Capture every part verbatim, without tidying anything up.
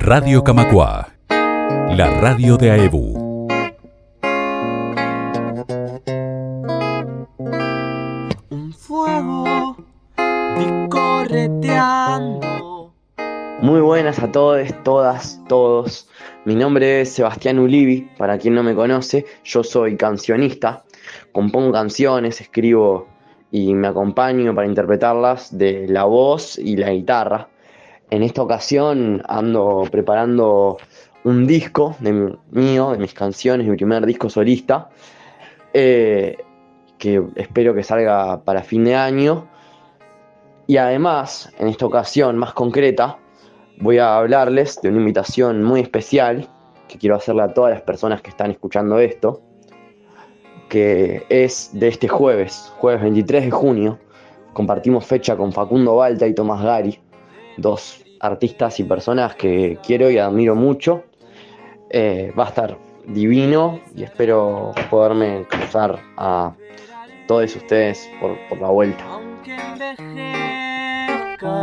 Radio Camacuá, la radio de Aebu. Un fuego correteando. Muy buenas a todos, todas, todos. Mi nombre es Sebastián Ulivi, para quien no me conoce, yo soy cancionista, compongo canciones, escribo y me acompaño para interpretarlas de la voz y la guitarra. En esta ocasión ando preparando un disco de mi- mío, de mis canciones, mi primer disco solista, eh, que espero que salga para fin de año. Y además, en esta ocasión más concreta, voy a hablarles de una invitación muy especial que quiero hacerle a todas las personas que están escuchando esto, que es de este jueves, jueves veintitrés de junio. Compartimos fecha con Facundo Balta y Tomás Gari, dos artistas y personas que quiero y admiro mucho. Eh, va a estar divino y espero poderme cruzar a todos ustedes por, por la vuelta. Aunque envejezca.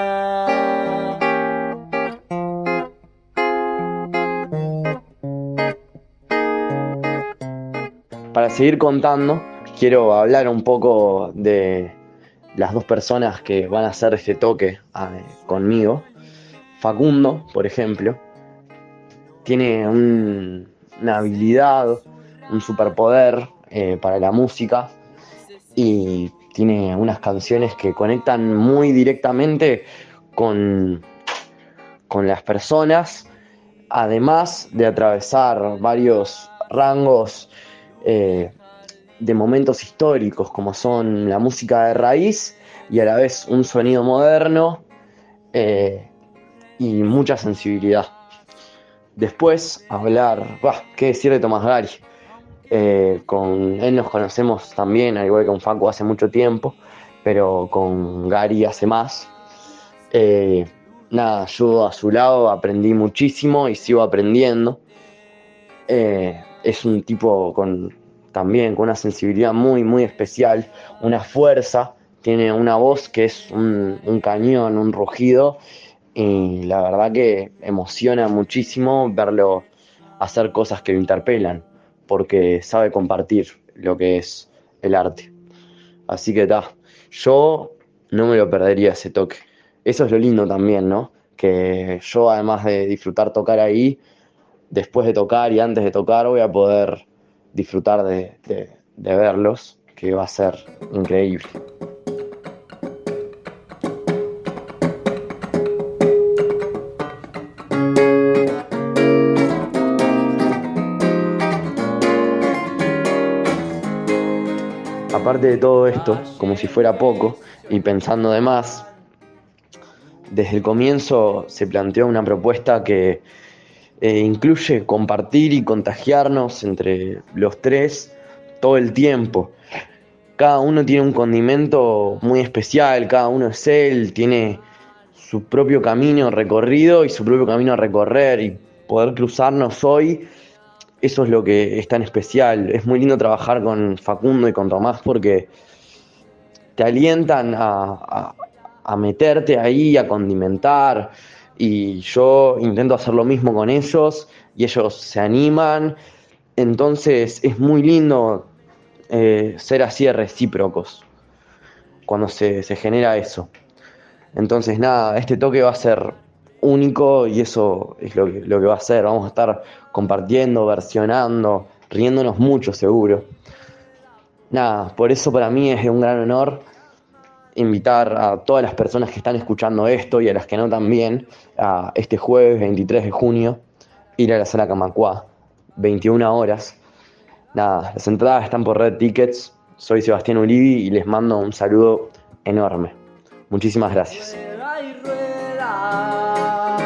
Para seguir contando, quiero hablar un poco de las dos personas que van a hacer este toque eh, conmigo. Facundo, por ejemplo, tiene un- una habilidad, un superpoder eh, para la música y tiene unas canciones que conectan muy directamente con, con las personas, además de atravesar varios rangos eh, de momentos históricos, como son la música de raíz y a la vez un sonido moderno eh, y mucha sensibilidad. Después hablar, bah, qué decir de Tomás Gari. Eh, con él nos conocemos también, al igual que con Facu hace mucho tiempo, pero con Gari hace más. Eh, nada, yo a su lado aprendí muchísimo y sigo aprendiendo. Eh, es un tipo con también con una sensibilidad muy muy especial, una fuerza, tiene una voz que es un, un cañón, un rugido, y la verdad que emociona muchísimo verlo hacer cosas que lo interpelan, porque sabe compartir lo que es el arte. Así que ta, yo no me lo perdería ese toque. Eso es lo lindo también, ¿no? Que yo, además de disfrutar tocar ahí, después de tocar y antes de tocar voy a poder disfrutar de, de- de verlos, que va a ser increíble. Aparte de todo esto, como si fuera poco, y pensando de más, desde el comienzo se planteó una propuesta que eh, incluye compartir y contagiarnos entre los tres todo el tiempo. Cada uno tiene un condimento muy especial, cada uno es él, tiene su propio camino recorrido y su propio camino a recorrer, y poder cruzarnos hoy, eso es lo que es tan especial. Es muy lindo trabajar con Facundo y con Tomás porque te alientan a, a- a meterte ahí, a condimentar, y yo intento hacer lo mismo con ellos y ellos se animan. Entonces es muy lindo eh, ser así de recíprocos cuando se, se genera eso. Entonces nada, este toque va a ser único y eso es lo que, lo que va a ser. Vamos a estar compartiendo, versionando, riéndonos mucho seguro. Nada, por eso para mí es un gran honor invitar a todas las personas que están escuchando esto y a las que no también, a este jueves veintitrés de junio, ir a la sala Camacuá, veintiuna horas. Nada, las entradas están por Red Tickets. Soy Sebastián Ulivi y les mando un saludo enorme. Muchísimas gracias. Rueda y rueda.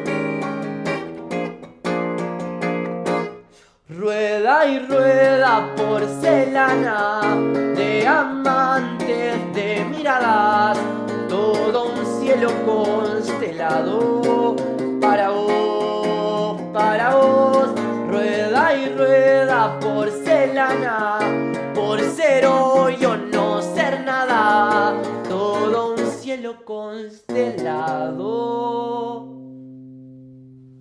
Rueda y rueda, porcelana de amantes, de miradas, todo un cielo constelado para vos, para vos. Rueda y rueda, porcelana, por ser hoy o no ser nada, todo un cielo constelado.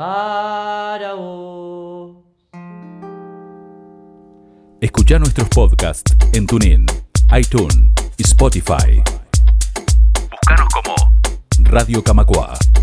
para vos. Escuchá nuestros podcasts en TuneIn, iTunes y Spotify. Búscanos como Radio Camacuá.